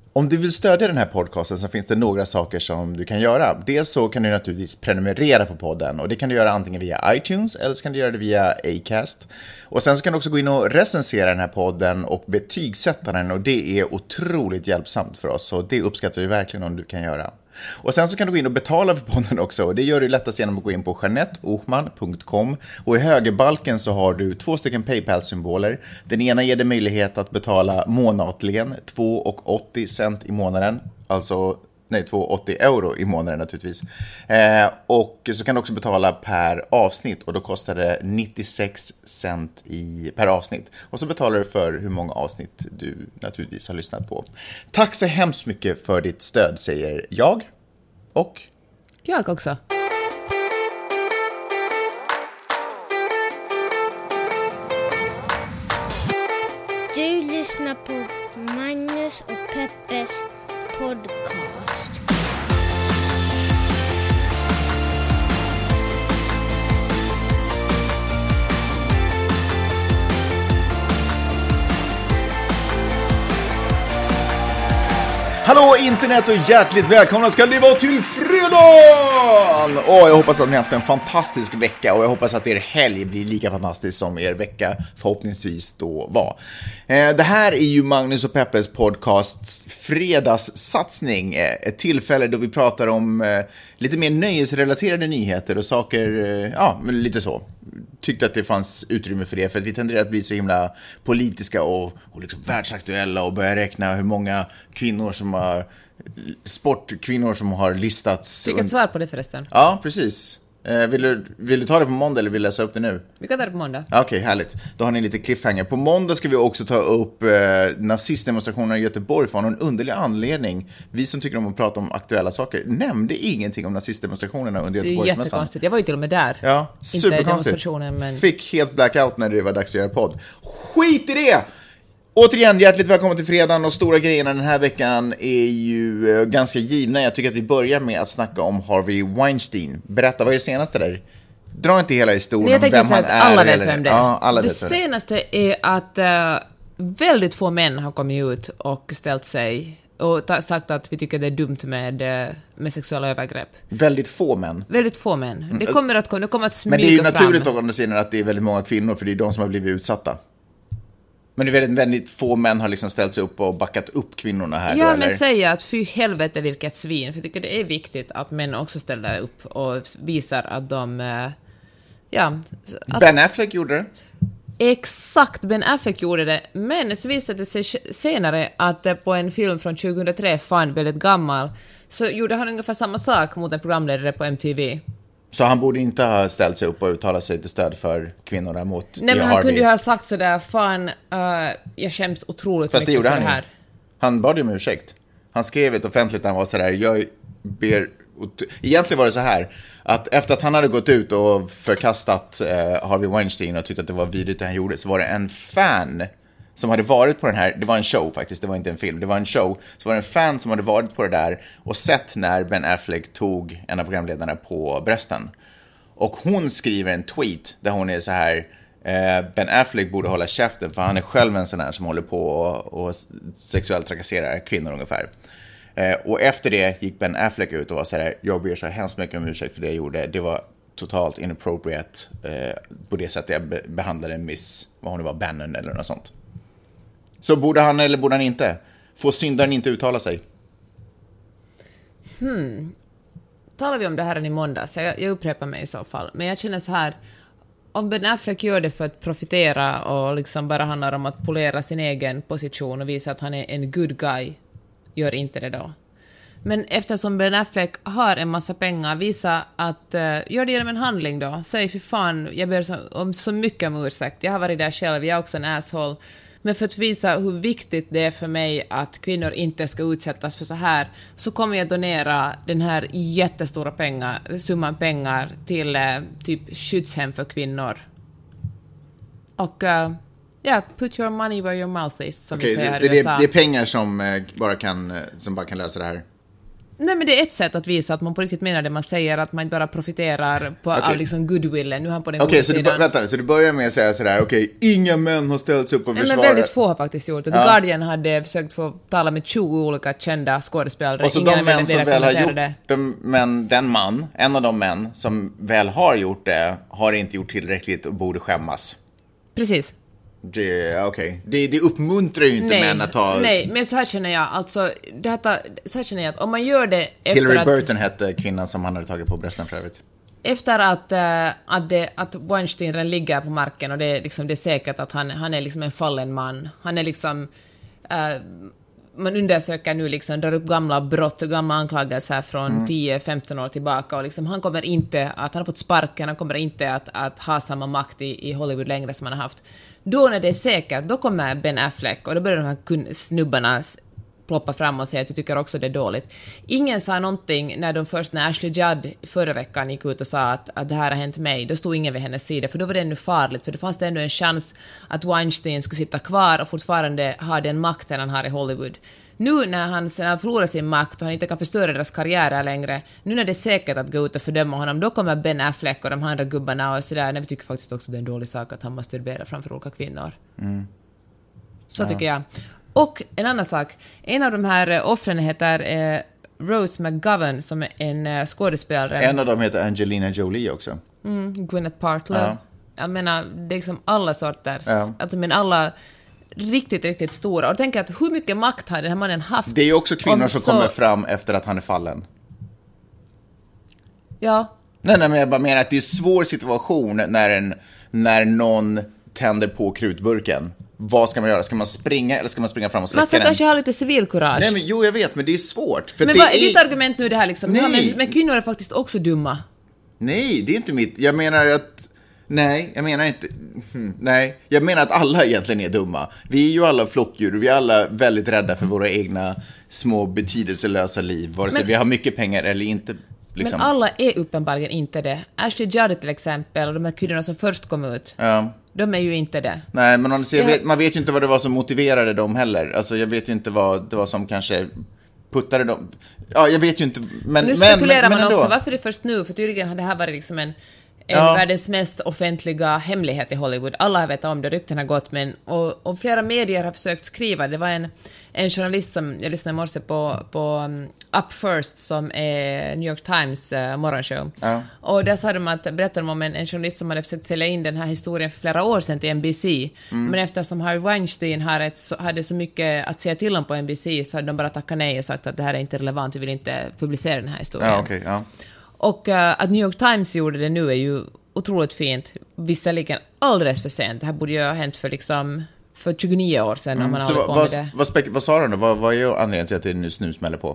Om du vill stödja den här podcasten så finns det några saker som du kan göra. Dels så kan du naturligtvis prenumerera på podden och det kan du göra antingen via iTunes eller så kan du göra det via Acast. Och sen så kan du också gå in och recensera den här podden och betygsätta den och det är otroligt hjälpsamt för oss så det uppskattar vi verkligen om du kan göra. Och sen så kan du gå in och betala för podden också och det gör du lättast genom att gå in på janetteohman.com och i högerbalken så har du 2 stycken PayPal-symboler. Den ena ger dig möjlighet att betala månatligen 2,80 cent i månaden, alltså 2,80 euro i månaden naturligtvis. Och så kan du också betala per avsnitt och då kostar det 96 cent per avsnitt. Och så betalar du för hur många avsnitt du naturligtvis har lyssnat på. Tack så hemskt mycket för ditt stöd, säger jag. Och jag också. Du lyssnar på Magnus och Peppes podcast. hallå internet och hjärtligt välkomna ska ni vara till fredagen! Jag hoppas att ni har haft en fantastisk vecka och jag hoppas att er helg blir lika fantastisk som er vecka förhoppningsvis då var. Det här är ju Magnus och Peppes podcasts fredagssatsning. Ett tillfälle då vi pratar om lite mer nöjesrelaterade nyheter och saker, ja, lite så. Tyckte att det fanns utrymme för det för att vi tenderar att bli så himla politiska och liksom världsaktuella och börja räkna hur många kvinnor som har sportkvinnor som har listats. Fick ett svar på det förresten. Ja, precis. Vill du ta det på måndag eller vill du läsa upp det nu? Vi kan ta det på måndag. Okej, härligt. Då har ni lite cliffhanger. På måndag ska vi också ta upp nazistdemonstrationerna i Göteborg för någon underlig anledning. Vi som tycker om att prata om aktuella saker nämnde ingenting om nazistdemonstrationerna under Göteborgsmässan. Det är jättekonstigt. Jag var ju till och med där. Ja, superkonstigt. Men... Fick helt blackout när det var dags att göra podd. Skit i det! Återigen, hjärtligt välkommen till fredagen och stora grejerna den här veckan är ju ganska givna. Jag tycker att vi börjar med att snacka om Harvey Weinstein. Berätta, vad är det senaste där? Dra inte hela historien om vem han är. Alla vet vem det är. Ja, alla vet det senaste är att väldigt få män har kommit ut och ställt sig och sagt att vi tycker det är dumt med sexuella övergrepp. Väldigt få män. Väldigt få män. Det kommer att smyga fram. Men det är ju naturligt också att säga att det är väldigt många kvinnor för det är de som har blivit utsatta. Men det är väldigt få män har liksom ställt sig upp och backat upp kvinnorna här. Ja, då, men säga att fy helvete vilket svin. För jag tycker det är viktigt att män också ställer upp och visar att de... Ben Affleck gjorde det. Exakt, Ben Affleck gjorde det. Men så visade det sig senare att på en film från 2003, fan väldigt gammal, så gjorde han ungefär samma sak mot en programledare på MTV. Så han borde inte ha ställt sig upp och uttalat sig till stöd för kvinnorna mot Nej, men han kunde ju ha sagt sådär, fan, jag skäms otroligt mycket för det här. Han bad ju om ursäkt. Han skrev ett offentligt när han var sådär, jag ber... Egentligen var det så här, att efter att han hade gått ut och förkastat Harvey Weinstein och tyckte att det var vidrigt det han gjorde, så var det en fan som hade varit på den här, det var en show faktiskt, det var inte en film, det var en show, så var det en fan som hade varit på det där och sett när Ben Affleck tog en av programledarna på brösten. Och hon skriver en tweet där hon är så här, Ben Affleck borde hålla käften för han är själv en sån här som håller på och sexuellt trakasserar kvinnor ungefär. Och efter det gick Ben Affleck ut och var så här, jag ber så hemskt mycket om ursäkt för det jag gjorde, det var totalt inappropriate på det sättet jag behandlade en miss, vad hon nu var, Bannon eller något sånt. Så borde han eller borde han inte? Får syndaren inte uttala sig? Talar vi om det här i måndags? Jag upprepar mig i så fall. Men jag känner så här, om Ben Affleck gör det för att profitera och liksom bara handlar om att polera sin egen position och visa att han är en good guy, gör inte det då. Men eftersom Ben Affleck har en massa pengar, visa att gör det genom en handling då. Säg för fan, jag ber om så mycket om ursäkt. Jag har varit där själv, jag är också en asshole. Men för att visa hur viktigt det är för mig att kvinnor inte ska utsättas för så här, så kommer jag donera den här jättestora summan pengar till typ skyddshem för kvinnor. Och put your money where your mouth is, som vi säger här i USA. Det är pengar som bara kan lösa det här. Nej, men det är ett sätt att visa att man på riktigt menar det man säger, att man inte bara profiterar på av liksom goodwillen. Nu är han på den goda sidan. Så du börjar med att säga sådär, inga män har ställts upp och försvarat. Men väldigt få har faktiskt gjort det. The Guardian hade försökt få tala med 20 olika kända skådespelare. Och så de män som väl har gjort det, men en av de män som väl har gjort det, har inte gjort tillräckligt och borde skämmas. Precis. Det uppmuntrar ju inte män att ta... Nej, men så här känner jag, alltså, så här känner jag att om man gör det efter Hillary Burton hette kvinnan som han hade tagit på brösten för övrigt. Efter att Weinstein redan ligger på marken och det är säkert att han är liksom en fallen man. Han är liksom... man undersöker nu liksom, drar upp gamla brott och gamla anklagelser från 10-15 år tillbaka och liksom, han kommer inte att, han har fått sparken, han kommer inte att ha samma makt i Hollywood längre som han har haft. Då när det är säkert, då kommer Ben Affleck och då börjar de här snubbarna ploppa fram och säga att vi tycker också det är dåligt. Ingen sa någonting när Ashley Judd förra veckan gick ut och sa att det här har hänt mig, då stod ingen vid hennes sida, för då var det ännu farligt, för det fanns det ändå en chans att Weinstein skulle sitta kvar och fortfarande ha den makten han har i Hollywood. Nu när han förlorar sin makt och han inte kan förstöra deras karriärer längre, nu när det är säkert att gå ut och fördöma honom, då kommer Ben Affleck och de andra gubbarna och sådär, när vi tycker faktiskt också det är en dålig sak att han masturberar framför olika kvinnor. Så tycker jag. Och en annan sak, en av de här offren heter Rose McGovern som är en skådespelare. En av dem heter Angelina Jolie också. Gwyneth Paltrow. Jag menar, det är liksom alla sorters. Alltså, men alla riktigt, riktigt stora. Och tänk att hur mycket makt har den här mannen haft? Det är ju också kvinnor som kommer fram efter att han är fallen. Ja. Nej, men jag bara menar att det är en svår situation när någon tänder på krutburken. Vad ska man göra? Ska man springa eller ska man springa fram och släcka den? Man ska kanske ha lite civilkurage. Nej, men jag vet, men det är svårt. För men vad är ditt argument nu det här liksom? Nej. Men kvinnor är faktiskt också dumma. Nej, det är inte mitt. Jag menar att... Nej, jag menar inte... Nej, jag menar att alla egentligen är dumma. Vi är ju alla flockdjur och vi är alla väldigt rädda för våra egna små betydelselösa liv. Vare sig vi har mycket pengar eller inte. Liksom. Men alla är uppenbarligen inte det. Ashley Judd till exempel och de här kvinnorna som först kom ut. Ja. De är ju inte det. Nej, men man vet ju inte vad det var som motiverade dem heller. Alltså jag vet ju inte vad det var som kanske puttade dem. Ja, jag vet ju inte. Men nu spekulerar man också, varför det är först nu? För tydligen har det här varit liksom en världens mest offentliga hemlighet i Hollywood. Alla har vetat om det, rykten har gått, men och flera medier har försökt skriva. Det var en journalist som jag lyssnade i morse på Up First som är New York Times morgonshow. Ja. Och där sa de berättade om en journalist som hade försökt sälja in den här historien för flera år sedan till NBC. Men eftersom Harvey Weinstein hade så mycket att säga till om på NBC så hade de bara tackat nej och sagt att det här är inte relevant, vi vill inte publicera den här historien. Ja, okay, ja. Och att New York Times gjorde det nu är ju otroligt fint. Visserligen alldeles för sent. Det här borde ju ha hänt för 29 år sedan. Om man så på med det. Vad sa de då? Vad är anledningen till att det nu snusmäller på?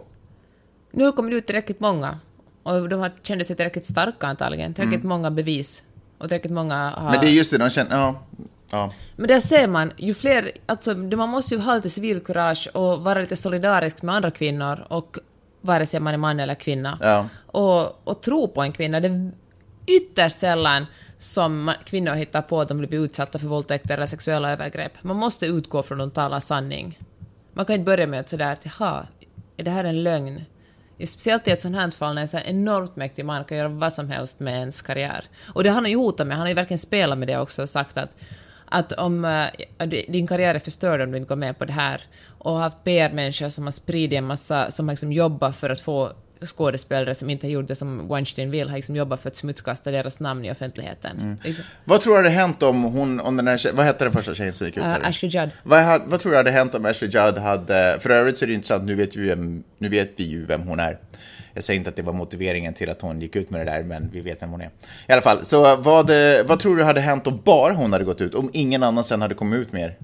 Nu kommer det ut tillräckligt många. Och de kände sig tillräckligt starka antagligen. Tillräckligt många bevis. Och tillräckligt många har... Men det är just det, de känner... Ja. Men där ser man, ju fler... Alltså, man måste ju ha lite civilkurage och vara lite solidarisk med andra kvinnor. Och vare sig man är man eller kvinna. Ja. Och tro på en kvinna. Det är ytterst sällan som kvinnor hittar på att de blir utsatta för våldtäkter eller sexuella övergrepp. Man måste utgå från att de talar sanning. Man kan inte börja med att sådär, är det här en lögn? Speciellt i ett sånt här fall när en så enormt mäktig man kan göra vad som helst med ens karriär. Och det han har ju hotat med, han har ju verkligen spelat med det också och sagt att om din karriär är förstörd om du inte går med på det här, och haft PR-människor som har spridit en massa, som har liksom jobbat för att få skådespelare som inte har gjort det som Weinstein vill, har liksom jobbat för att smutskasta deras namn i offentligheten. Liksom. Vad tror du hade hänt om den här vad hette den första tjejen som gick ut här? Ashley Judd. Vad tror du hade hänt om Ashley Judd hade, för övrigt så är det intressant, nu vet vi ju vem hon är. Jag säger inte att det var motiveringen till att hon gick ut med det där, men vi vet vem hon är. I alla fall, så vad tror du hade hänt om bara hon hade gått ut, om ingen annan sen hade kommit ut mer?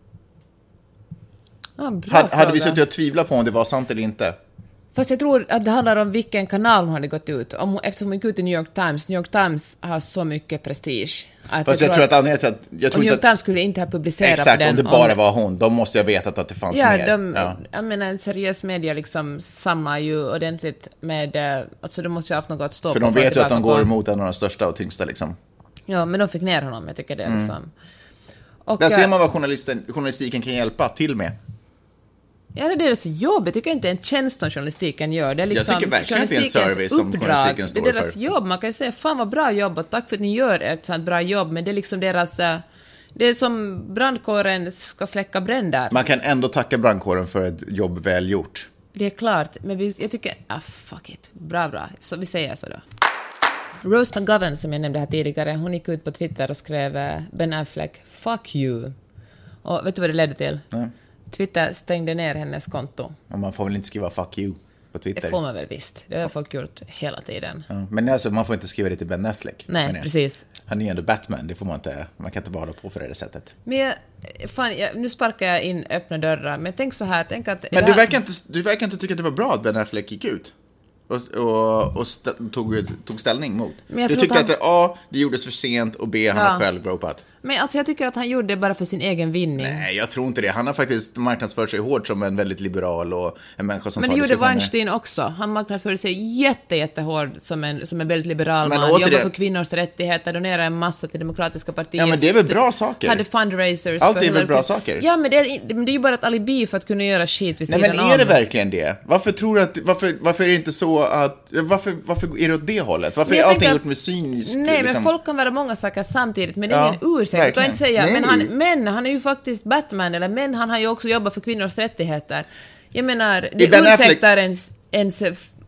Hade vi suttit och tvivlat på om det var sant eller inte? Fast jag tror att det handlar om vilken kanal hon hade gått ut. Eftersom hon gick ut i New York Times har så mycket prestige. Fast jag tror att anledningen till att... New York Times skulle inte ha publicerat exakt, den. Exakt, om det bara var hon. Då måste jag veta att det fanns mer. Jag menar, en seriös media liksom samlar ju ordentligt med... Alltså de måste ju ha haft något att stå på. För de vet ju att de går emot en av de största och tyngsta liksom. Ja, men de fick ner honom, jag tycker det är liksom... Och, där ser man vad journalistiken kan hjälpa till med. Ja, det är deras jobb. Jag tycker inte en tjänst som journalistiken gör. Det är liksom jag tycker verkligen att det är en service som journalistiken står för. Det är deras jobb. Man kan ju säga, fan vad bra jobb och tack för att ni gör ett sånt bra jobb. Men det är liksom deras... Det är som brandkåren ska släcka bränder. Man kan ändå tacka brandkåren för ett jobb väl gjort. Det är klart. Men jag tycker... fuck it. Bra. Så vi säger så då. Rose McGovern, som jag nämnde här tidigare, hon gick ut på Twitter och skrev Ben Affleck, fuck you. Och vet du vad det ledde till? Nej. Twitter stängde ner hennes konto. Ja, man får väl inte skriva fuck you på Twitter? Det får man väl visst. Det har folk gjort hela tiden. Ja, men alltså, man får inte skriva det till Ben Affleck. Nej, precis. Han är ju ändå Batman, det får man inte. Man kan inte bara hålla på för det sättet. Men nu sparkar jag in öppna dörrar. Men tänk så här, tänk att... Men du verkar inte tycka att det var bra att Ben Affleck gick ut och tog ställning mot. Du tyckte att A, det gjordes för sent och B, han har själv gropat. Men alltså jag tycker att han gjorde det bara för sin egen vinning. Nej, jag tror inte det. Han har faktiskt marknadsfört sig hårt som en väldigt liberal och en människa som men det gjorde Weinstein också. Han marknadsförde sig jättehård som en väldigt liberal man. Jobbar för kvinnors rättigheter, donerar en massa till demokratiska partier. Ja, men det är väl bra saker. Hade fundraisers. Allt är väl bra saker. Ja, men det är ju bara ett alibi för att kunna göra shit vid sidan om. Nej, men är det om. verkligen det? Varför är det inte så att... Varför är det åt det hållet? Varför är allting gjort med cynisk... Nej, men folk kan vara många saker samtidigt, men det är ingen ursäkt. Jag kan inte säga, men han är ju faktiskt Batman, men han har ju också jobbat för kvinnors rättigheter. Jag menar, det ursäktar ens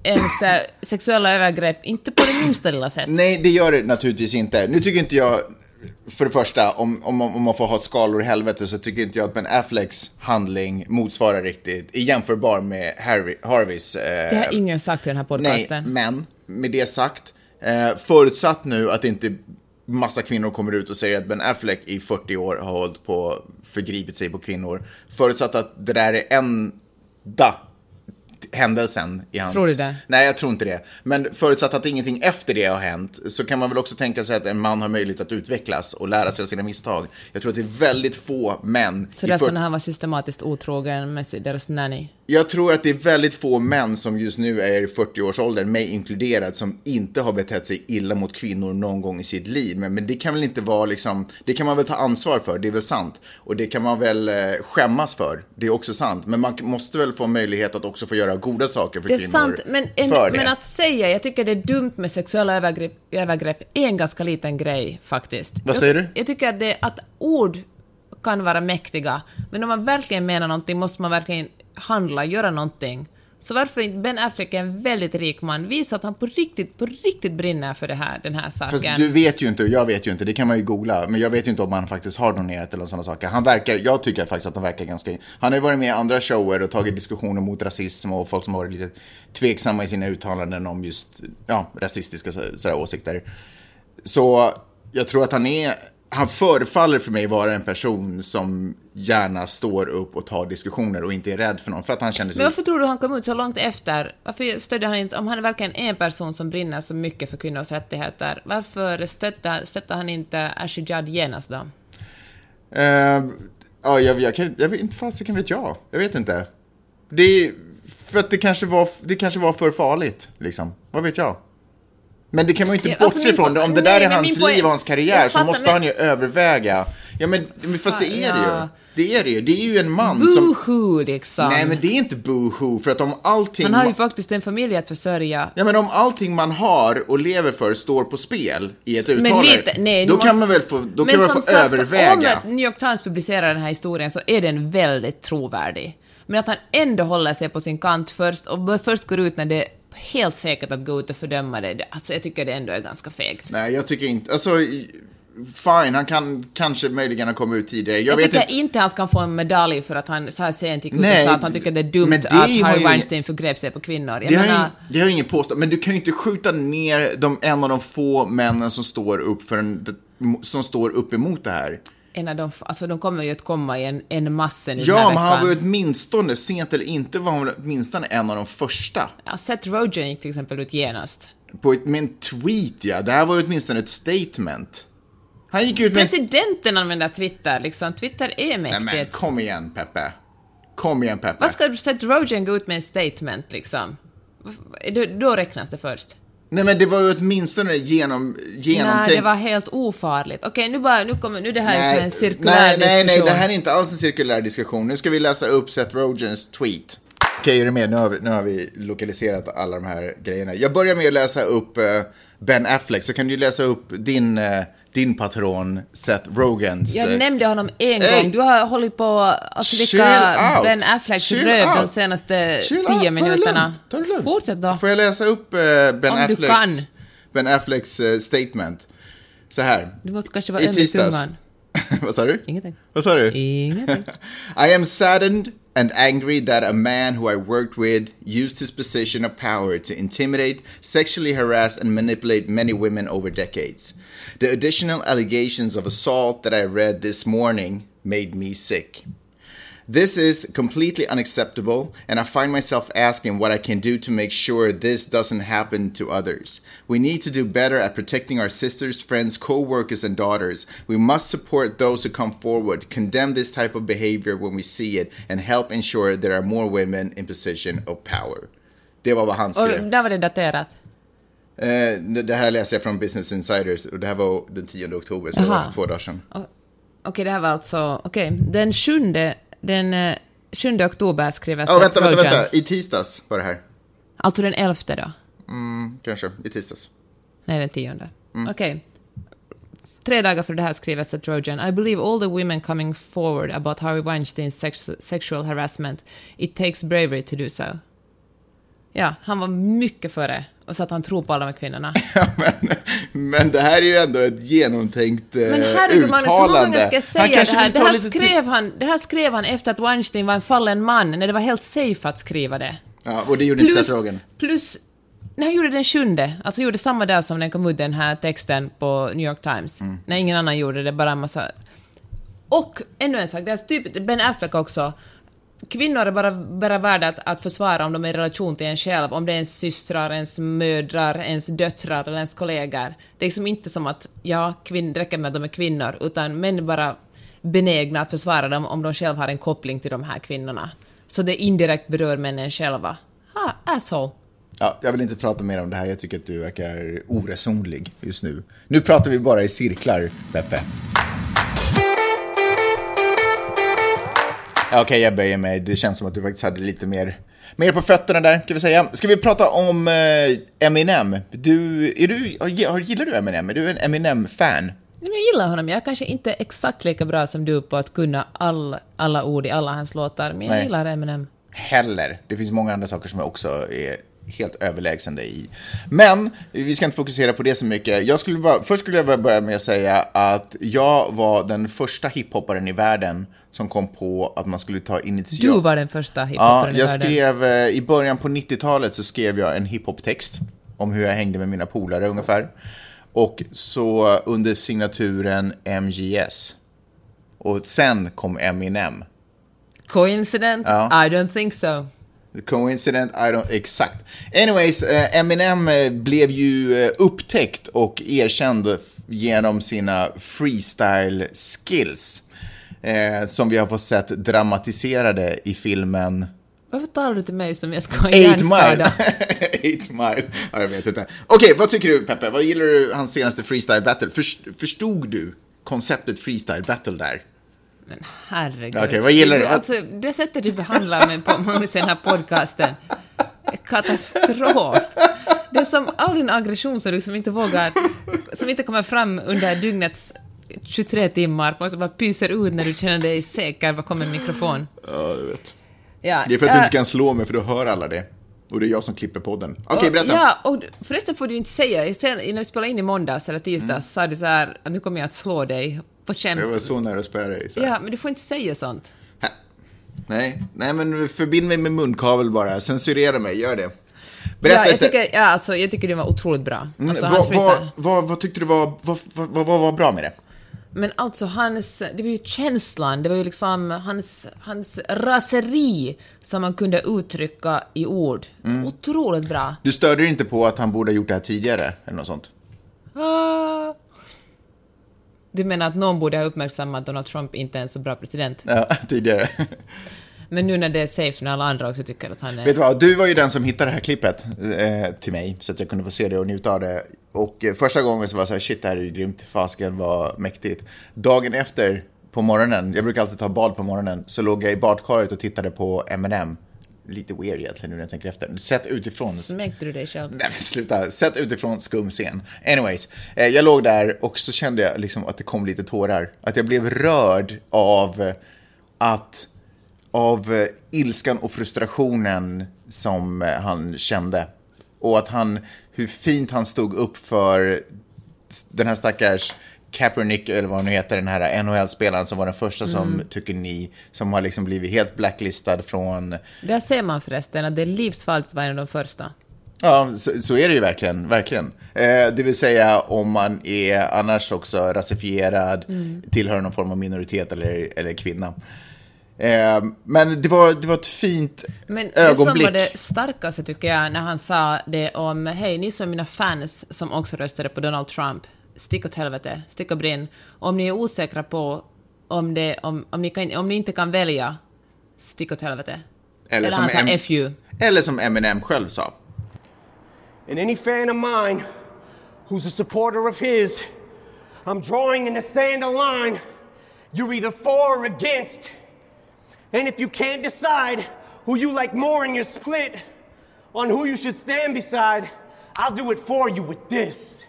sexuella övergrepp, inte på det minsta lilla sätt. Nej, det gör det naturligtvis inte. Nu tycker inte jag, för det första, om man får ha skalor i helvete, så tycker inte jag att Ben Afflecks handling motsvarar riktigt, är jämförbar med Harveys... Det har ingen sagt i den här podcasten. Nej, men med det sagt, förutsatt nu att inte massa kvinnor kommer ut och säger att Ben Affleck i 40 år har hållit på förgripit sig på kvinnor, förutsatt att det där är enda händelsen i hans... Tror du det? Nej, jag tror inte det. Men förutsatt att ingenting efter det har hänt, så kan man väl också tänka sig att en man har möjlighet att utvecklas och lära sig av sina misstag. Jag tror att det är väldigt få män... Så därför när han var systematiskt otrogen med deras nanny? Jag tror att det är väldigt få män som just nu är i 40-årsåldern, mig inkluderad, som inte har betett sig illa mot kvinnor någon gång i sitt liv. Men det kan väl inte vara liksom... Det kan man väl ta ansvar för, det är väl sant. Och det kan man väl skämmas för, det är också sant. Men man måste väl få möjlighet att också få göra goda saker för kvinnor. Det är sant, men att säga, jag tycker det är dumt med sexuella övergrepp är en ganska liten grej faktiskt. Vad säger du? Jag tycker att ord kan vara mäktiga, men om man verkligen menar någonting måste man verkligen handla, göra någonting. Så varför Ben Affleck är en väldigt rik man, visar att han på riktigt brinner för den här saken. Fast du vet ju inte, och jag vet ju inte, det kan man ju googla, men jag vet ju inte om han faktiskt har donerat eller sådana saker. Jag tycker faktiskt att han verkar ganska... Han har ju varit med i andra shower och tagit diskussioner mot rasism och folk som har varit lite tveksamma i sina uttalanden om just rasistiska sådär åsikter. Så jag tror att han förefaller för mig vara en person som gärna står upp och tar diskussioner och inte är rädd för någon, för att han känner sig... Men varför tror du han kom ut så långt efter? Varför stödde han inte, om han är verkligen en person som brinner så mycket för kvinnors rättigheter, varför stöttar han inte Ashley Judd genast då? Jag vet inte, fast vet jag vet inte. För att det kanske var för farligt liksom. Vad vet jag? Men det kan man ju inte bortse ifrån det. Om det där är hans liv och hans karriär, så måste han ju överväga. Ja, men fast det är det ju. Det är ju en man som... Boohoo, liksom. Nej, men det är inte boohoo, för att om allting... Han har ju faktiskt en familj att försörja. Ja, men om allting man har och lever för står på spel i ett uttalande, då kan man väl få överväga. Om New York Times publicerar den här historien så är den väldigt trovärdig. Men att han ändå håller sig på sin kant först och först går ut när det är helt säkert att gå ut och fördöma det. Alltså jag tycker det ändå är ganska fegt. Nej, jag tycker inte... Alltså, fine, han kan kanske möjligen ha kommit ut tidigare. Jag tycker inte han ska få en medalj för att han så här sent gick ut och sa att han tycker det är dumt att Harvey Weinstein förgrep sig på kvinnor. Det har ju ingen påstått, men du kan ju inte skjuta ner en av de få männen som står upp emot det här. De kommer ju att komma i en massa nu. Ja, men han var ju åtminstone, sent eller inte, var han åtminstone en av de första. Ja, Seth Rogen gick till exempel ut genast. Med en tweet, ja. Det här var ju åtminstone ett statement. Han gick ut med... Presidenten använder Twitter, liksom. Twitter är mäktigt. Nej, men kom igen, Peppe. Vad ska Seth Rogen gå ut med en statement, liksom? Då räknas det först. Nej, men det var ju åtminstone genomtänkt. Nej, det var helt ofarligt. Okej, nu det här är som en cirkulär diskussion. Nej, det här är inte alls en cirkulär diskussion. Nu ska vi läsa upp Seth Rogans tweet. Okej, är du med? Nu har vi lokaliserat alla de här grejerna. Jag börjar med att läsa upp Ben Affleck, så kan du läsa upp din patron Seth Rogans. Jag nämnde honom en gång. Du har hållit på att slicka Ben Afflecks röv de senaste 10 minuterna. Ta det lugnt. Fortsätt då. Får jag läsa upp Ben Afflecks statement? Så här. Du måste kanske vara öm i tungan. Vad sa du? Ingenting. Vad sa du? Ingenting. I am saddened and angry that a man who I worked with used his position of power to intimidate, sexually harass and manipulate many women over decades. The additional allegations of assault that I read this morning made me sick. This is completely unacceptable, and I find myself asking what I can do to make sure this doesn't happen to others. We need to do better at protecting our sisters, friends, co-workers, and daughters. We must support those who come forward, condemn this type of behavior when we see it, and help ensure there are more women in position of power. Det var vad han skrev. Och där var det daterat? Det här läser jag från Business Insiders, och det här var den 10 oktober, så det var för 2 dagar sedan. Okej, det här var alltså... Den 7 oktober skriver Seth Rogen. Vänta. I tisdags var det här. Alltså den 11 då? Kanske, i tisdags. Nej, den 10. Okej. 3 dagar för det här skriver Seth Rogen. I believe all the women coming forward about Harvey Weinstein's sexual harassment. It takes bravery to do so. Ja, han var mycket före. Och så att han tror på alla de här kvinnorna. men det här är ju ändå ett genomtänkt men herregud, Magnus, så många gånger ska jag säga det här skrev han efter att Weinstein var en fallen man, när det var helt safe att skriva det. Ja, och det gjorde inte Seth Rogen. Plus, när han gjorde den 7, alltså gjorde samma dag som den kom ut, den här texten på New York Times. När ingen annan gjorde det, bara en massa... Och ännu en sak, det är typ Ben Affleck också. Kvinnor är bara värda att försvara om de är i relation till en själv, om det är ens systrar, ens mödrar, ens döttrar eller ens kollegor. Det är liksom inte som att, det räcker med att de är kvinnor, utan män är bara benägna att försvara dem om de själva har en koppling till de här kvinnorna. Så det indirekt berör männen själva. Asshole. Ja, jag vill inte prata mer om det här, jag tycker att du verkar oresonlig just nu. Nu pratar vi bara i cirklar, Peppe. Okej, jag böjer mig. Det känns som att du faktiskt hade lite mer på fötterna där, kan vi säga. Ska vi prata om Eminem? Gillar du Eminem? Är du en Eminem-fan? Jag gillar honom. Jag är kanske inte exakt lika bra som du på att kunna alla ord i alla hans låtar, men jag gillar Eminem. Heller. Det finns många andra saker som jag också är helt överlägsande i. Men vi ska inte fokusera på det så mycket. Först skulle jag börja med att säga att jag var den första hiphopparen i världen som kom på att man skulle ta initiativ. Du var den första hiphopparen i världen. Jag skrev, i början på 90-talet så skrev jag en hiphop-text om hur jag hängde med mina polare ungefär. Och så under signaturen MGS. Och sen kom Eminem. Coincident? Ja. I don't think so. Coincident? Exakt. Anyways, Eminem blev ju upptäckt och erkänd genom sina freestyle skills. Som vi har fått sett dramatiserade i filmen. Varför talar du till mig som jag ska ha en hjärnskada? 8 Mile. Ja, jag vet inte. Okej, vad tycker du, Peppe? Vad gillar du hans senaste freestyle battle? Förstod du konceptet freestyle battle där? Men herregud. Okej, vad gillar du? Alltså, det sättet du behandlar mig på Magnus i den här podcasten är katastrof. Det är som all din aggression som du som inte kommer fram under dygnets 23 timmar, man bara pyser ut när du känner dig säker bakom en mikrofon. Ja, jag vet. Ja, det är för att du inte kan slå mig, för du hör alla det. Och det är jag som klipper podden. Okej, berätta. Ja, och förresten får du inte säga, när vi spelade in i måndags eller tisdags, sa du så här att nu kommer jag att slå dig på skämt. Jag var så nära att spöra dig. Ja, men du får inte säga sånt. Nej, men förbind mig med munkavel bara. Censurera mig, gör det. Berätta jag tycker det var otroligt bra. Vad tyckte du var bra med det? Men alltså det var ju känslan, det var ju liksom hans raseri som man kunde uttrycka i ord. Otroligt bra. Du störde dig inte på att han borde ha gjort det här tidigare eller något sånt? Du menar att någon borde ha uppmärksammat att Donald Trump inte är en så bra president? Ja, tidigare. Men nu när det är safe, när alla andra också tycker att han är... Vet du vad, du var ju den som hittade det här klippet till mig, så att jag kunde få se det och njuta av det. Och första gången så var jag så här, shit, det här är ju grymt, fasken var mäktigt. Dagen efter på morgonen, jag brukar alltid ta bad på morgonen, så låg jag i badkaret och tittade på M&M. Lite weird egentligen nu när jag tänker efter. Sett utifrån... Smäckte du dig själv? Nej, men sluta. Sett utifrån skumscen. Anyways, jag låg där och så kände jag liksom att det kom lite tårar. Att jag blev rörd av ilskan och frustrationen som han kände. Och att hur fint han stod upp för den här stackars Kaepernick, eller vad nu heter, den här NHL-spelaren som var den första som tycker ni, som har liksom blivit helt blacklistad från... Där ser man förresten att det är livsfarligt att vara en av de första. Ja, så är det ju verkligen. Det vill säga om man är annars också rasifierad, tillhör någon form av minoritet eller kvinna. Men det var ett fint ögonblick. Men det som var det starkaste tycker jag när han sa det om, hej, ni som är mina fans som också röstade på Donald Trump, stick åt helvete, stick och brinn. Om ni är osäkra på om ni inte kan välja, stick åt helvete. Eller han sa FU. Eller som Eminem själv sa. And any fan of mine who's a supporter of his, I'm drawing in the sand a line. You're either for or against. And if you can't decide who you like more and you're split on who you should stand beside, I'll do it for you with this.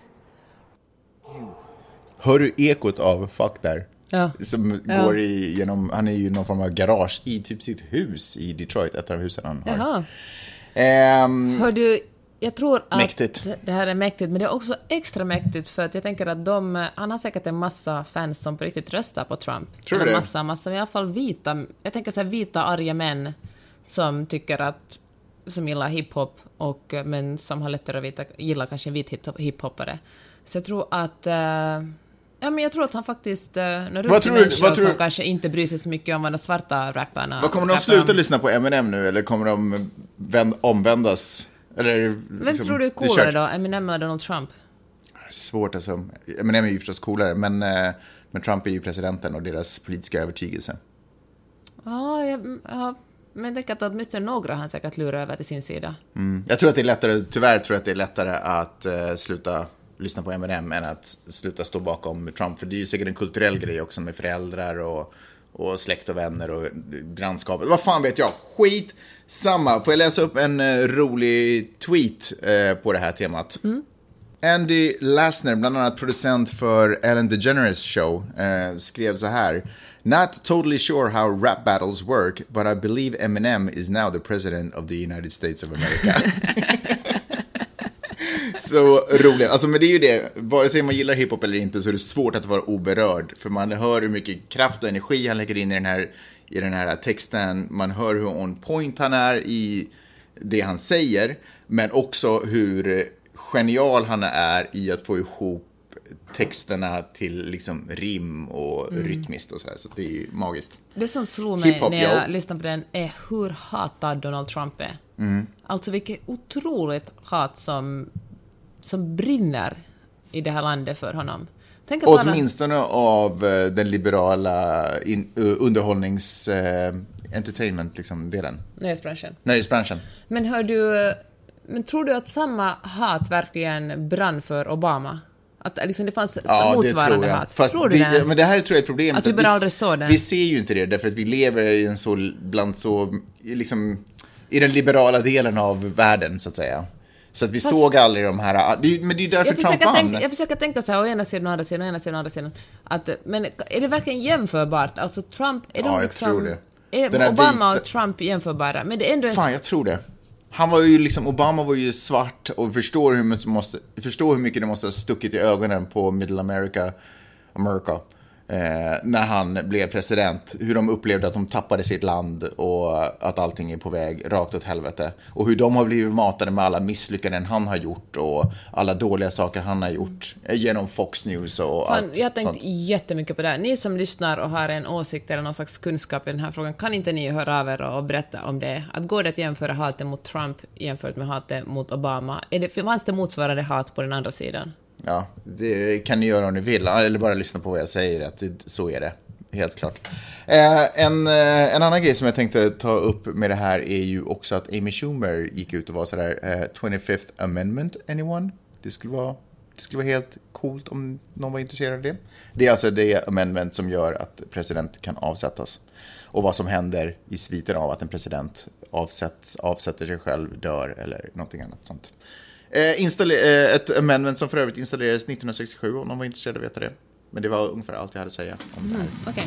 Hör du ekot av Fuck där? Ja. Som går igenom, han är ju någon form av garage i typ sitt hus i Detroit, ett av husen han har. Jaha. Hör du, jag tror att mäktigt. Det här är mäktigt, men det är också extra mäktigt för att jag tänker att han har säkert en massa fans som på riktigt röstar på Trump. Tror du det? Massa, i alla fall vita, jag tänker så här vita arga män som tycker att, som gillar hiphop men som har lättare att gilla kanske en vit hiphoppare. Så jag tror att jag tror att han faktiskt när ut till människor som kanske inte bryr sig så mycket om vad de svarta rapparna... Vad kommer de sluta lyssna på Eminem nu, eller kommer de omvändas? Eller, vem tror du är coolare då? Eminem eller Donald Trump? Svårt alltså. Eminem är ju förstås coolare, men Trump är ju presidenten och deras politiska övertygelse. Ja, men jag tänker att åtminstone några han säkert lurar över till sin sida. Jag tror att det är lättare, tyvärr tror jag att det är lättare att sluta lyssna på Eminem än att sluta stå bakom Trump. För det är ju säkert en kulturell grej också med föräldrar och släkt och vänner och grannskapet. Vad fan vet jag? Skit samma. Får jag läsa upp en rolig tweet på det här temat? Andy Lassner, bland annat producent för Ellen DeGeneres show, skrev så här: Not totally sure how rap battles work, but I believe Eminem is now the president of the United States of America. Så roligt. Alltså, men det är ju det. Vare sig man gillar hiphop eller inte så är det svårt att vara oberörd. För man hör hur mycket kraft och energi han lägger in i den här texten. Man hör hur on point han är i det han säger. Men också hur genial han är i att få ihop texterna till liksom rim och rytmiskt och så här. Så det är ju magiskt. Det som slog mig när jag lyssnade på den är hur hatad Donald Trump är. Alltså vilket otroligt hat som brinner i det här landet för honom. Tänk att åtminstone av den liberala underhållnings entertainment liksom delen. Nöjesbranschen. Men tror du att samma hat verkligen brann för Obama? Att liksom det fanns motsvarande hat? Fast tror du det? Men det här tror jag är problemet. Att vi bara aldrig såg det. Vi ser ju inte det, därför att vi lever i en i den liberala delen av världen, så att säga. Så att vi såg aldrig de här... Men det är därför Trump vann. Jag försöker tänka så här, å ena sidan, å andra sidan, å ena sidan, å andra sidan. Men är det verkligen jämförbart? Alltså Trump... Är de liksom, jag tror det. Är Obama och Trump jämförbara? Men det är ändå... Fan, jag tror det. Han var ju liksom... Obama var ju svart och förstår hur mycket det måste ha stuckit i ögonen på Middle America. När han blev president, hur de upplevde att de tappade sitt land och att allting är på väg rakt åt helvete, och hur de har blivit matade med alla misslyckanden han har gjort och alla dåliga saker han har gjort genom Fox News och allt. Jag har tänkt jättemycket på det här. Ni som lyssnar och har en åsikt eller någon slags kunskap i den här frågan, kan inte ni höra av er och berätta om det? Att går det att jämföra hatet mot Trump jämfört med hatet mot Obama? Fanns det motsvarande hat på den andra sidan? Ja, det kan ni göra om ni vill. Eller bara lyssna på vad jag säger, att så är det. helt klart. En annan grej som jag tänkte ta upp med det här är ju också att Amy Schumer gick ut och var sådär 25th Amendment, anyone? Det skulle vara helt coolt om någon var intresserad av det. Det är alltså det amendment som gör att president kan avsättas. Och vad som händer i sviten av att en president avsätter sig själv, dör eller någonting annat sånt. Ett amendment som för övrigt installerades 1967 om någon var intresserad av att veta det. Men det var ungefär allt jag hade att säga om det här. Okej.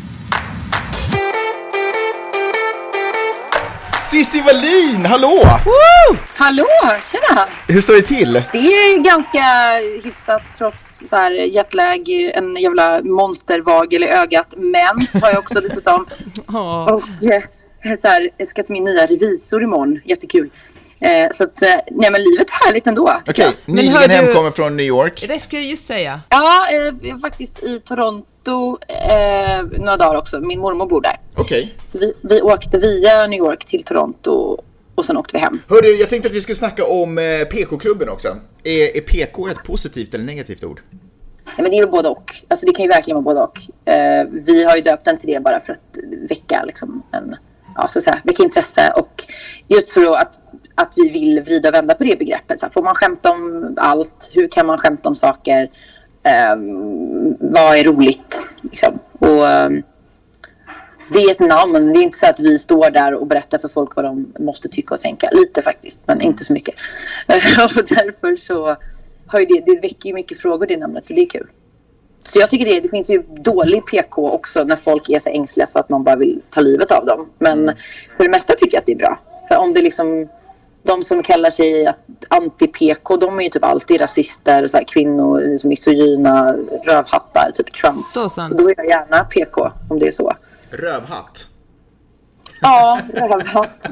Cissi Wallin, hallå! Woo! Hallå, tjena! Hur står det till? Det är ganska hyfsat trots så här jetlag, en jävla monstervagel i ögat. Men så har jag också dessutom och så här, jag ska till min nya revisor imorgon, jättekul. Så att, nej men livet är härligt ändå. Okej, nyligen hemkommer från New York. Det skulle jag just säga. Ja, jag är faktiskt i Toronto några dagar också. Min mormor bor där. Okej. Så vi åkte via New York till Toronto och sen åkte vi hem. Hörru, jag tänkte att vi skulle snacka om PK-klubben också. Är PK ett positivt eller negativt ord? Nej, men det är ju både och. Alltså det kan ju verkligen vara både och. Vi har ju döpt den till det bara för att väcka liksom väcka intresse och just för att vi vill vrida och vända på det begreppet. Så här, får man skämta om allt? Hur kan man skämta om saker? Vad är roligt? Liksom? Och det är ett namn. Det är inte så att vi står där och berättar för folk vad de måste tycka och tänka. Lite faktiskt, men inte så mycket. Och därför så har ju det väcker ju mycket frågor, det namnet, och det är kul. Så jag tycker det finns ju dålig PK också när folk är så ängsliga så att man bara vill ta livet av dem. Men för det mesta tycker jag att det är bra. För om det liksom, de som kallar sig anti-PK, de är ju typ alltid rasister och så här kvinnor, som misogyna, rövhattar, typ Trump. Så sant. Och då är jag gärna PK om det är så. Rövhatt? Ja, rövhatt.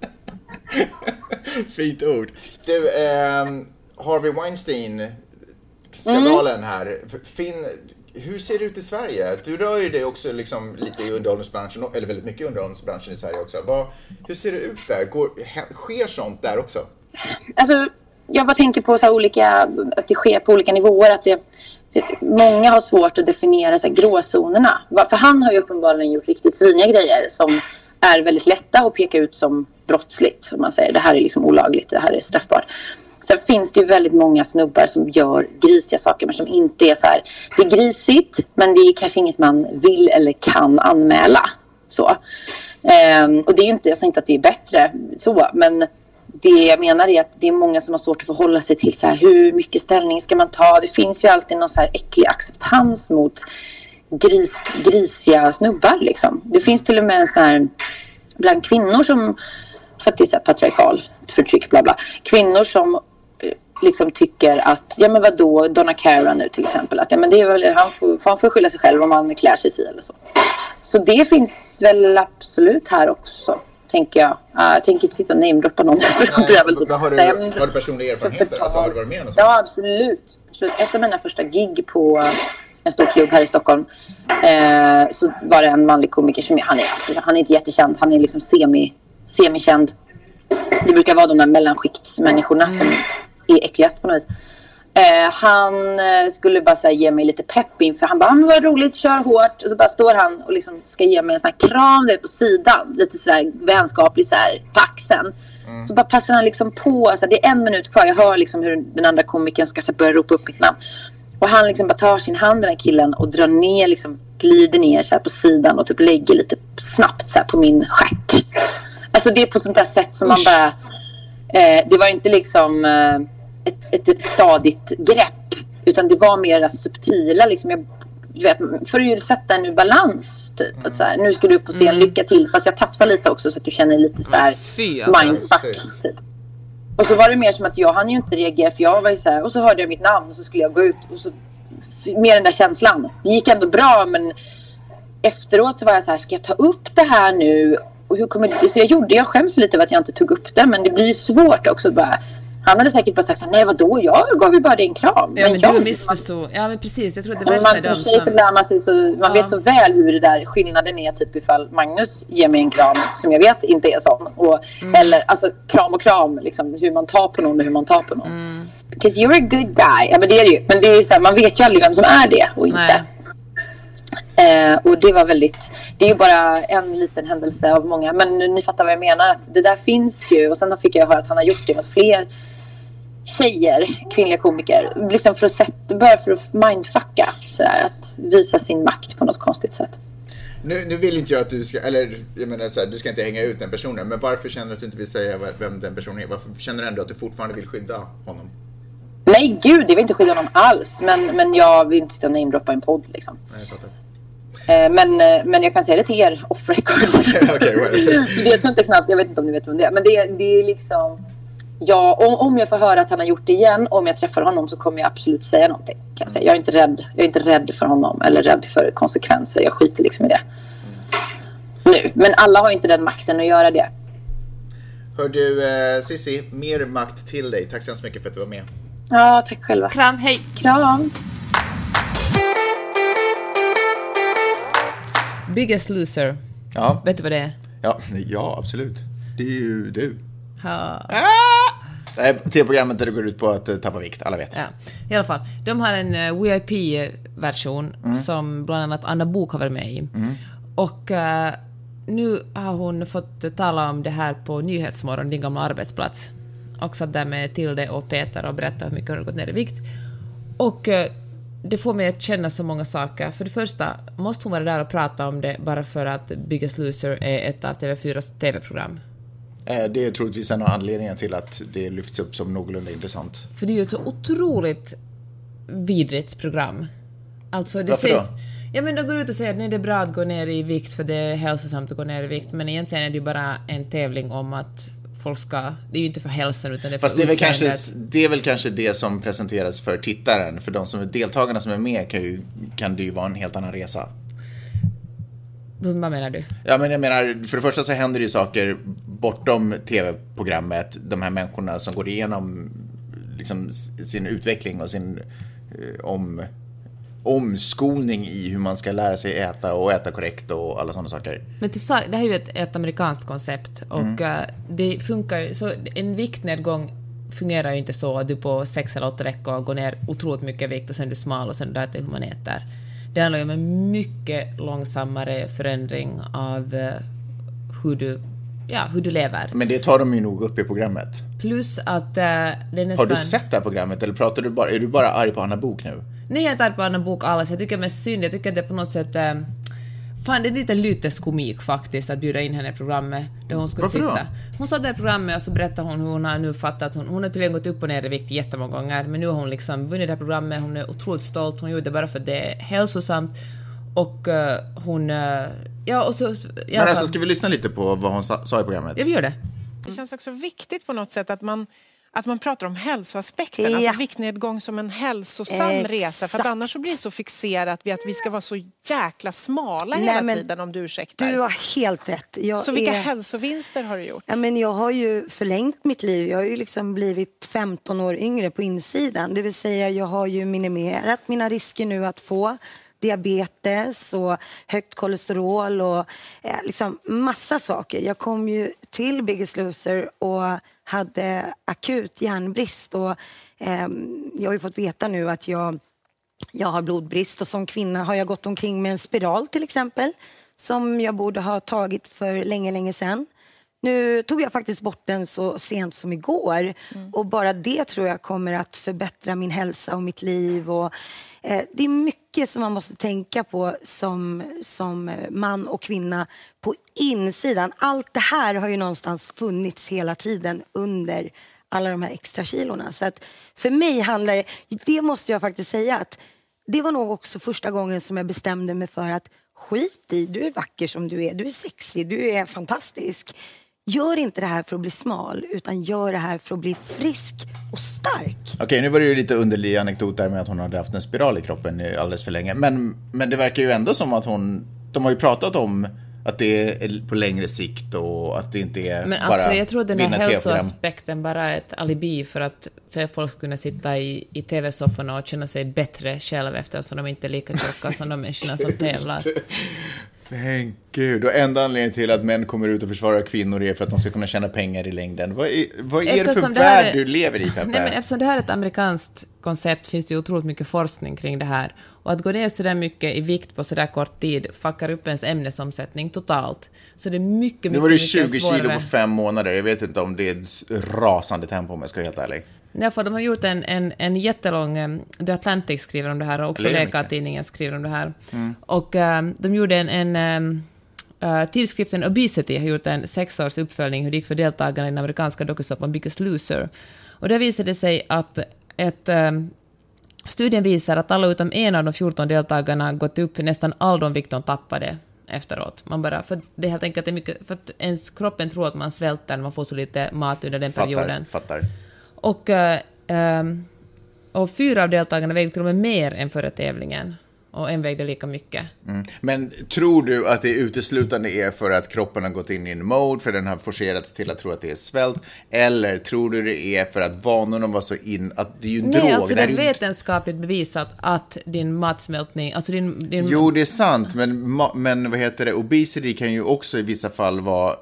Fint ord. Du, Harvey Weinstein-skandalen här. Hur ser det ut i Sverige? Du rör ju dig också liksom lite i underhållningsbranschen, eller väldigt mycket i underhållningsbranschen i Sverige också. Hur ser det ut där? Sker sånt där också? Alltså, jag bara tänker på så här att det sker på olika nivåer. Att många har svårt att definiera så här gråzonerna. För han har ju uppenbarligen gjort riktigt sviniga grejer som är väldigt lätta att peka ut som brottsligt. Som man säger, det här är liksom olagligt, det här är straffbart. Sen finns det ju väldigt många snubbar som gör grisiga saker, men som inte är så här. Det är grisigt, men det är kanske inget man vill eller kan anmäla. Så. Och det är ju inte, jag säger inte att det är bättre så, men det jag menar är att det är många som har svårt att förhålla sig till så här, hur mycket ställning ska man ta? Det finns ju alltid någon så här äcklig acceptans mot grisiga snubbar liksom. Det finns till och med en sån här bland kvinnor som, för att det är så här patriarkal förtryck bla bla, kvinnor som liksom tycker att, ja men vadå, Donna Karan nu till exempel, att ja men det är väl, han får skylla sig själv om han klär sig eller så. Så det finns väl absolut här också, tänker jag. Jag tänker inte sitta och namedroppa någon. Har du personliga erfarenheter? Alltså har du varit med och så? Ja, absolut. Så ett av mina första gig på en stor klubb här i Stockholm, så var det en manlig komiker som han är inte jättekänd, han är liksom semikänd. Det brukar vara de där mellanskiktsmänniskorna som är äckligast på något vis. Han skulle bara så här, ge mig lite pepp in, för han bara, men vad roligt, kör hårt. Och så bara står han och liksom ska ge mig en sån här kram där på sidan, lite sådär vänskaplig så här, på axeln. Så bara passar han liksom på, alltså, det är 1 minut kvar, jag hör liksom hur den andra komikern ska så här, börja ropa upp mitt namn. Och han liksom bara tar sin hand, den här killen, och drar ner, liksom glider ner så här på sidan och typ lägger lite snabbt så här på min stjärt. Alltså det är på sånt där sätt som man bara, det var inte liksom ett stadigt grepp, utan det var mer subtila liksom, för att ju sätta en balans typ, att så här, nu ska du upp på scen, lycka till, fast jag tafsar lite också så att du känner lite så här mindfuck typ. Och så var det mer som att jag hann ju inte reagera, för jag var ju så här, och så hörde jag mitt namn och så skulle jag gå ut, och så mer den där känslan. Det gick ändå bra, men efteråt så var jag så här, ska jag ta upp det här nu? Och hur kommer det? Så jag skäms lite över att jag inte tog upp det, men det blir ju svårt också bara. Han hade säkert bara sagt så här, nej vadå, jag gav ju bara dig en kram. Ja, men du missförstod. Ja, men precis, jag tror att det värsta är de som... så lär man sig, så man vet så väl hur det där skillnaden är, typ ifall Magnus ger mig en kram som jag vet inte är sån. Och, eller alltså kram och kram, liksom, hur man tar på någon och hur man tar på någon. Because you're a good guy. Ja, men det är det ju. Men det är så här, man vet ju aldrig vem som är det och inte. Och det var väldigt, det är ju bara en liten händelse av många, men ni fattar vad jag menar, att det där finns ju. Och sen fick jag höra att han har gjort det med fler tjejer, kvinnliga komiker, liksom bara för att mindfucka, sådär, att visa sin makt på något konstigt sätt. Nu vill inte jag att du ska, eller jag menar så här, du ska inte hänga ut den personen, men varför känner du att du inte vill säga vem den personen är? Varför känner du ändå att du fortfarande vill skydda honom? Nej gud, jag vill inte skydda honom alls, men jag vill inte sitta och namedroppa en podd liksom. Nej, jag fattar. Men jag kan säga det till er off record. Okej, vad är det? Jag tror inte knappt, jag vet inte om ni vet om det är, men det är liksom, ja, om jag får höra att han har gjort det igen, om jag träffar honom, så kommer jag absolut säga någonting, kan jag säga. Jag är inte rädd för honom eller rädd för konsekvenser. Jag skiter liksom i det nu, men alla har inte den makten att göra det. Hör du, Cissi, mer makt till dig. Tack så hemskt mycket för att du var med. Ja, tack själva. Kram, hej. Kram. Biggest Loser. Ja. Vet du vad det är? Ja, absolut. Det är ju du. Ja. TV-programmet där det går ut på att tappa vikt, alla vet. Ja, i alla fall. De har en VIP-version som bland annat Anna Bok har varit med i. Och nu har hon fått tala om det här på Nyhetsmorgon, din gamla arbetsplats. Och satt där med Tilde och Peter och berättat hur mycket hon har gått ner i vikt. Och det får mig att känna så många saker. För det första måste hon vara där och prata om det bara för att Biggest Loser är ett av TV4s TV-program. Det är troligtvis en av anledningarna till att det lyfts upp som någorlunda intressant. För det är ju ett så otroligt vidrigt program. Alltså det varför sägs, då? ja, men de går ut och säger att nej, det är bra att gå ner i vikt för det är hälsosamt att gå ner i vikt. Men egentligen är det ju bara en tävling om att folk ska, det är ju inte för hälsan utan det är för fast det är väl kanske det som presenteras för tittaren. För de som är deltagarna som är med kan det ju vara en helt annan resa. Vad menar du? Ja, men jag menar, för det första så händer det ju saker bortom tv-programmet. De här människorna som går igenom liksom sin utveckling och sin omskolning i hur man ska lära sig äta och äta korrekt och alla sådana saker. Men det här är ju ett amerikanskt koncept och det funkar ju, så en viktnedgång fungerar ju inte så att du på 6 eller 8 veckor går ner otroligt mycket vikt och sen är du smal och sen äter hur man äter. Det handlar ju om en mycket långsammare förändring av hur du lever. Men det tar de ju nog upp i programmet. Plus att det är nästan... Har du sett det här programmet eller är du bara arg på Anna Bok nu? Nej, jag är inte arg på Anna Bok alls. Jag tycker det är mest synd. Jag tycker att det är på något sätt... Fan, det är lite lyteskomik faktiskt att bjuda in henne i programmet där hon ska varför sitta. Då? Hon satt där i programmet och så berättade hon hur hon har nu fattat. Hon har tydligen gått upp och ner i vikt jättemånga gånger, men nu har hon liksom vunnit det här programmet. Hon är otroligt stolt. Hon gjorde det bara för att det är hälsosamt. Och hon... ja, och så... Men alltså, ska vi lyssna lite på vad hon sa i programmet? Jag gör det. Det känns också viktigt på något sätt att man pratar om hälsoaspekten. Ja. Alltså viktnedgång som en hälsosam resa. För att annars så blir det så fixerat vid att vi ska vara så jäkla smala hela tiden, om du ursäktar. Du har helt rätt. Så vilka hälsovinster har du gjort? Ja, men jag har ju förlängt mitt liv. Jag har ju liksom blivit 15 år yngre på insidan. Det vill säga, jag har ju minimerat mina risker nu att få diabetes och högt kolesterol och liksom massa saker. Jag kom ju till Biggest Loser och hade akut järnbrist och jag har ju fått veta nu att jag har blodbrist och som kvinna har jag gått omkring med en spiral till exempel som jag borde ha tagit för länge sedan. Nu tog jag faktiskt bort den så sent som igår och bara det tror jag kommer att förbättra min hälsa och mitt liv och det är mycket som man måste tänka på som man och kvinna på insidan. Allt det här har ju någonstans funnits hela tiden under alla de här extra kilorna. Så att för mig handlar det måste jag faktiskt säga att det var nog också första gången som jag bestämde mig för att skit i, du är vacker som du är sexig, du är fantastisk. Gör inte det här för att bli smal utan gör det här för att bli frisk och stark. Okej, nu var det ju lite underlig anekdot där med att hon hade haft en spiral i kroppen alldeles för länge. Men det verkar ju ändå som att de har ju pratat om att det är på längre sikt och att det inte är men bara alltså, jag tror att den här hälsoaspekten bara är ett alibi för att folk ska kunna sitta i tv-sofforna och känna sig bättre själva eftersom de inte är lika tjocka som de människorna som tävlar. Thank Gud, och enda anledningen till att män kommer ut och försvarar kvinnor är för att de ska kunna tjäna pengar i längden. Vad är det för värld du lever i, Peppe? Nej, men eftersom det här är ett amerikanskt koncept finns det ju otroligt mycket forskning kring det här. Och att gå ner så där mycket i vikt på så där kort tid fuckar upp ens ämnesomsättning totalt. Så det är mycket, nu var det mycket 20 svårare. kilo på 5 månader. Jag vet inte om det är ett rasande tempo om jag ska vara helt ärlig. Ja, för de har gjort en jättelång... The Atlantic skriver om det här och också Läkartidningen skriver om det här. Och de gjorde tidskriften Obesity har gjort en 6-års uppföljning hur det gick för deltagarna i den amerikanska dokusåpan Biggest Loser. Och där visade det sig att studien visar att alla utom en av de 14 deltagarna gått upp nästan all de vikt de tappade efteråt. För det är helt enkelt mycket, för att ens kroppen tror att man svälter när man får så lite mat under den perioden. Fattar. Och 4 av deltagarna vägde till och med mer än före tävlingen. Och en vägde lika mycket. Men tror du att det uteslutande är för att kroppen har gått in i en mode, för den har forcerats till att tro att det är svält? Eller tror du det är för att vanorna var så att det är ju en drog? Nej, alltså det är vetenskapligt bevisat att din matsmältning... Alltså din... Jo, det är sant, men vad heter det? Obesity kan ju också i vissa fall vara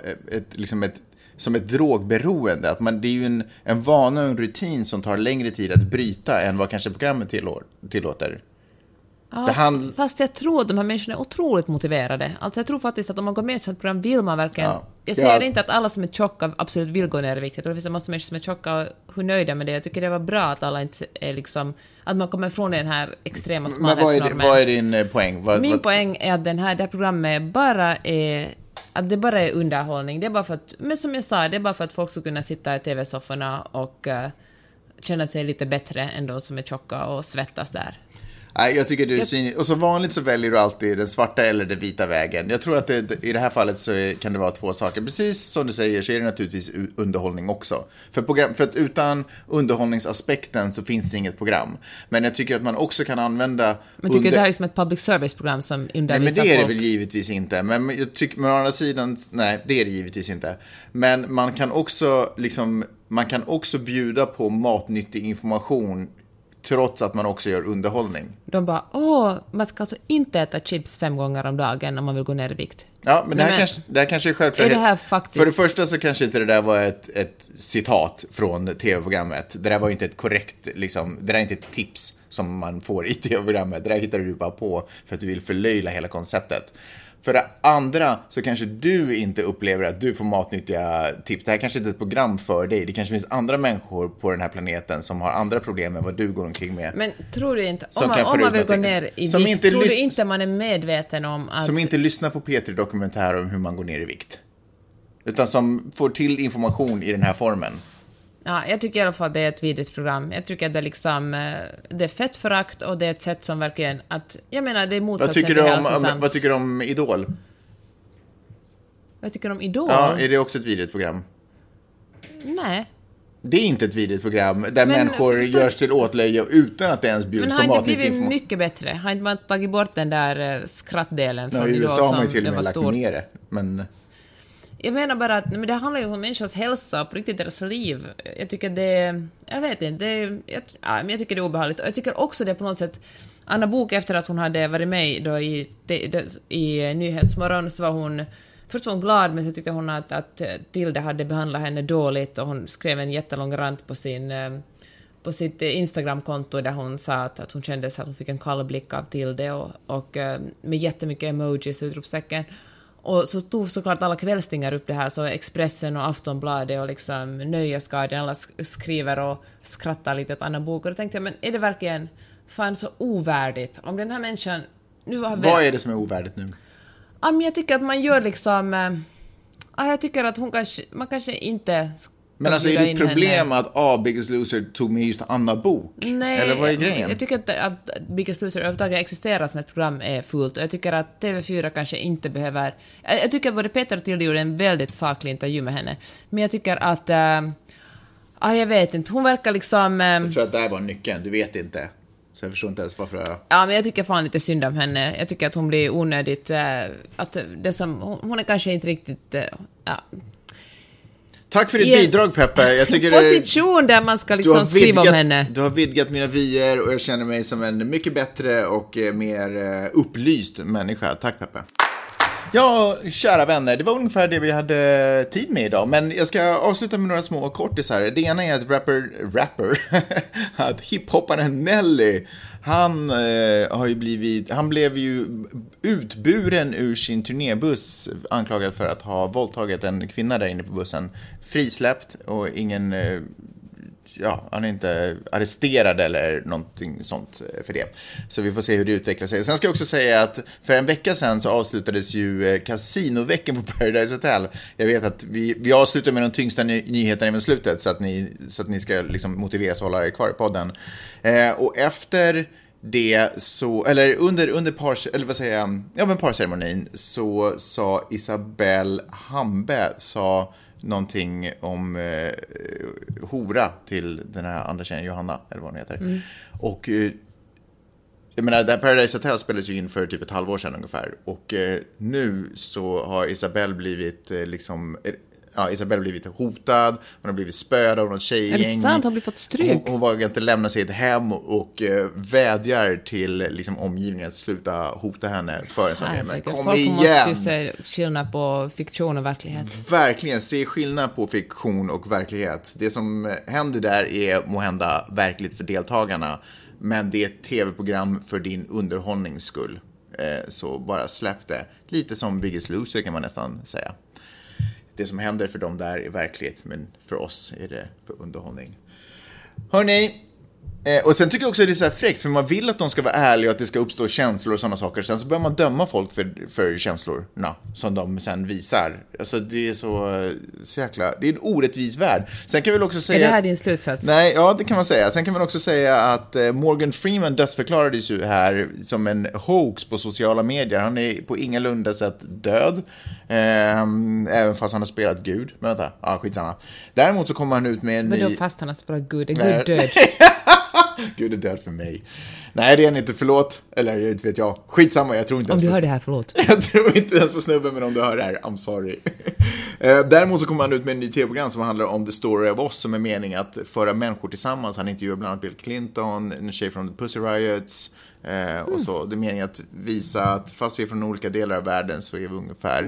som ett drogberoende. Att det är ju en vana och en rutin som tar längre tid att bryta än vad kanske programmet tillåter. Ja, fast jag tror att de här människorna är otroligt motiverade. Alltså jag tror faktiskt att om man går med i ett sånt program vill man verkligen... Ja. Jag säger inte att alla som är tjocka absolut vill gå ner i vikt. Jag tror det finns en massa människor som är tjocka och hur nöjda med det. Jag tycker det var bra att alla inte är liksom... Att man kommer ifrån den här extrema smalhetsnormen. Men vad är din poäng? Min poäng är att det här programmet bara är... Att det bara är underhållning. Det är bara för att... Men som jag sa, det är bara för att folk ska kunna sitta i tv-sofforna och känna sig lite bättre än de som är tjocka och svettas där. Nej, jag tycker du är cynisk. Och som vanligt så väljer du alltid den svarta eller den vita vägen. Jag tror att i det här fallet så kan det vara 2 saker. Precis som du säger så är det naturligtvis underhållning också. För att utan underhållningsaspekten så finns det inget program. Men jag tycker att man också kan använda... Men tycker du det här är som ett public service-program som undervisar folk? Nej, men det är det väl givetvis inte. Men jag tycker, å andra sidan, nej, det är det givetvis inte. Men man kan också bjuda på matnyttig information trots att man också gör underhållning. De bara, man ska alltså inte äta chips 5 gånger om dagen om man vill gå ner i vikt. Ja, men det här kanske är självklart. Är det här faktiskt... För det första så kanske inte det där var ett citat från tv-programmet. Det där var inte ett korrekt, det där är inte ett tips som man får i tv-programmet. Det där hittar du bara på för att du vill förlöjla hela konceptet. För det andra så kanske du inte upplever att du får matnyttiga tips. Det här kanske inte är ett program för dig. Det kanske finns andra människor på den här planeten som har andra problem än vad du går omkring med. Men tror du inte, om man vill gå ner i vikt, tror du inte man är medveten om att... Som inte lyssnar på P3-dokumentärer om hur man går ner i vikt. Utan som får till information i den här formen. Ja, jag tycker i alla fall att det är ett vidrigt program. Jag tycker att det är det är fettförakt och det är ett sätt som verkligen att... Jag menar, det är motsatsen till hälsosamt. Vad tycker du om Idol? Vad tycker du om Idol? Ja, är det också ett vidrigt program? Nej. Det är inte ett vidrigt program där människor görs till åtlöje utan att det ens bjuds på matnyttig information. Men har inte blivit mycket bättre? Har inte man tagit bort den där skrattdelen från Idol som USA har man ju till och med lagt stort? ner det, men... Jag menar bara att det handlar ju om människors hälsa och på riktigt deras liv. Jag tycker det... Jag vet inte. Men jag tycker det är obehagligt. Och jag tycker också det på något sätt... Anna Bok, efter att hon hade varit med då i Nyhetsmorgon, så var hon... Först var hon glad, men så tyckte hon att Tilde hade behandlat henne dåligt. Och hon skrev en jättelång rant på sitt Instagram-konto där hon sa att hon kände sig att hon fick en kall blick av Tilde. Och med jättemycket emojis och utropstecken. Och så stod såklart alla kvällstingar upp det här, så Expressen och Aftonbladet och liksom Nöjesguiden, alla skriver och skrattar lite åt Anna Bok. Och då tänkte jag, men är det verkligen fan så ovärdigt? Om den här människan... Vad är det som är ovärdigt nu? Ja, men jag tycker att man gör liksom... jag tycker att man kanske inte... Men alltså är det ett problem att Biggest Loser tog med just Anna Bok? Nej, eller vad är grejen? Jag tycker att Biggest Loser överhuvudtaget existerar som ett program är fullt. Och jag tycker att TV4 kanske inte behöver... Jag tycker att både Peter och Tilde gjorde en väldigt saklig intervju med henne. Men jag tycker att... jag vet inte, hon verkar liksom... Jag tror att det här var nyckeln, du vet inte. Så jag förstår inte ens varför Ja, men jag tycker fan lite synd om henne. Jag tycker att hon blir onödigt... att det som, hon är kanske inte riktigt... Tack för ditt bidrag, Peppe. Jag tycker position där man ska liksom skriva om henne. Du har vidgat mina vyer och jag känner mig som en mycket bättre och mer upplyst människa. Tack, Peppe. Ja, kära vänner, det var ungefär det vi hade tid med idag. Men jag ska avsluta med några små kortisar. Det ena är att att hiphopparen Nelly, han blev ju utburen ur sin turnébuss, anklagad för att ha våldtagit en kvinna där inne på bussen. Frisläppt och ingen... han är inte arresterad eller någonting sånt för det. Så vi får se hur det utvecklar sig. Sen ska jag också säga att för en vecka sedan så avslutades ju kasinoveckan på Paradise Hotel. Jag vet att vi avslutar med de tyngsta nyheterna även slutet så att ni ska liksom motiveras att hålla er kvar i podden. Och efter det så, eller under parceremonin så sa Isabelle Hambe någonting om hora till den här andra tjejen Johanna, eller vad hon heter. Och jag menar, det här Paradise Hotel spelades ju in för typ ett halvår sedan ungefär. Och nu så har Isabelle blivit Isabelle blivit hotad, hon har blivit spöd av någon tjejgäng. Är det sant? Hon har blivit fått stryk. Hon vågar inte lämna sig ett hem och vädjar till liksom omgivningen att sluta hota henne för en sån här. Men kom folk igen! Måste ju se skillnad på fiktion och verklighet. Verkligen, se skillnad på fiktion och verklighet. Det som händer där är måhända verkligt för deltagarna, men det är ett tv-program för din underhållnings skull. Så bara släpp det. Lite som Biggest Loser kan man nästan säga. Det som händer för dem där är verkligt, men för oss är det för underhållning. Hörrni, och sen tycker jag också att det är så här fräckt, för man vill att de ska vara ärliga och att det ska uppstå känslor och sådana saker. Sen så börjar man döma folk för känslorna som de sen visar. Alltså det är så jäkla... Det är en orättvis värld. Sen kan vi väl också säga... Är det här din slutsats? Nej, ja, det kan man säga. Sen kan man också säga att Morgan Freeman dödsförklarades ju här som en hoax på sociala medier. Han är på ingalunda sätt död. Även fast han har spelat Gud. Men vänta, skitsamma. Däremot så kommer han ut med en ny... Men då fast han har spelat Gud, är Gud död? Gud är död för mig. Nej, det är han inte, förlåt. Eller jag vet jag. Skitsamma, jag tror inte... Om du hör det här, förlåt. Jag tror inte ens på snubben, men om du hör det här, I'm sorry. Däremot så kommer han ut med en ny tv-program som handlar om The Story of Us, som är mening att föra människor tillsammans. Han intervjuar bland annat Bill Clinton, en tjej från The Pussy Riots. Och så. Det är meningen att visa att fast vi är från olika delar av världen så är vi ungefär...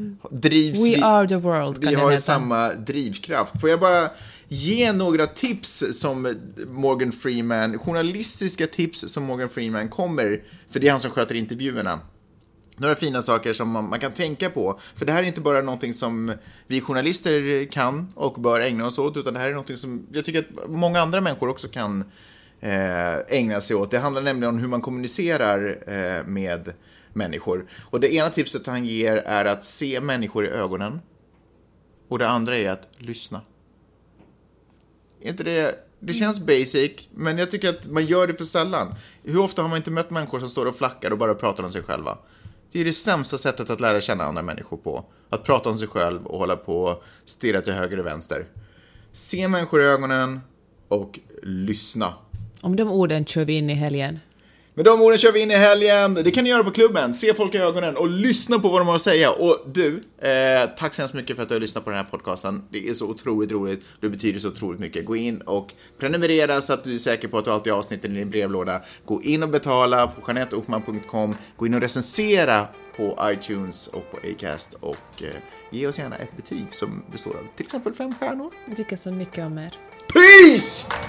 We are the world. Vi har samma drivkraft. Får jag bara ge några tips som Morgan Freeman, journalistiska tips som Morgan Freeman kommer, för det är han som sköter intervjuerna. Några fina saker som man kan tänka på. För det här är inte bara någonting som vi journalister kan och bör ägna oss åt, utan det här är någonting som jag tycker att många andra människor också kan ägna sig åt. Det handlar nämligen om hur man kommunicerar med människor. Och det ena tipset han ger är att se människor i ögonen. Och det andra är att lyssna. Inte det känns basic, men jag tycker att man gör det för sällan. Hur ofta har man inte mött människor som står och flackar och bara pratar om sig själva? Det är det sämsta sättet att lära känna andra människor på. Att prata om sig själv och hålla på och stirra till höger och vänster. Se människor i ögonen och lyssna. Om de orden kör vi in i helgen. Med de orden kör vi in i helgen. Det kan ni göra på klubben. Se folk i ögonen och lyssna på vad de har att säga. Och du, tack så hemskt mycket för att du har lyssnat på den här podcasten. Det är så otroligt roligt. Det betyder så otroligt mycket. Gå in och prenumerera så att du är säker på att du alltid har avsnitten i din brevlåda. Gå in och betala på JanetteOkman.com. Gå in och recensera på iTunes och på Acast. Och ge oss gärna ett betyg som består av till exempel 5 stjärnor. Jag tycker så mycket om er. Peace!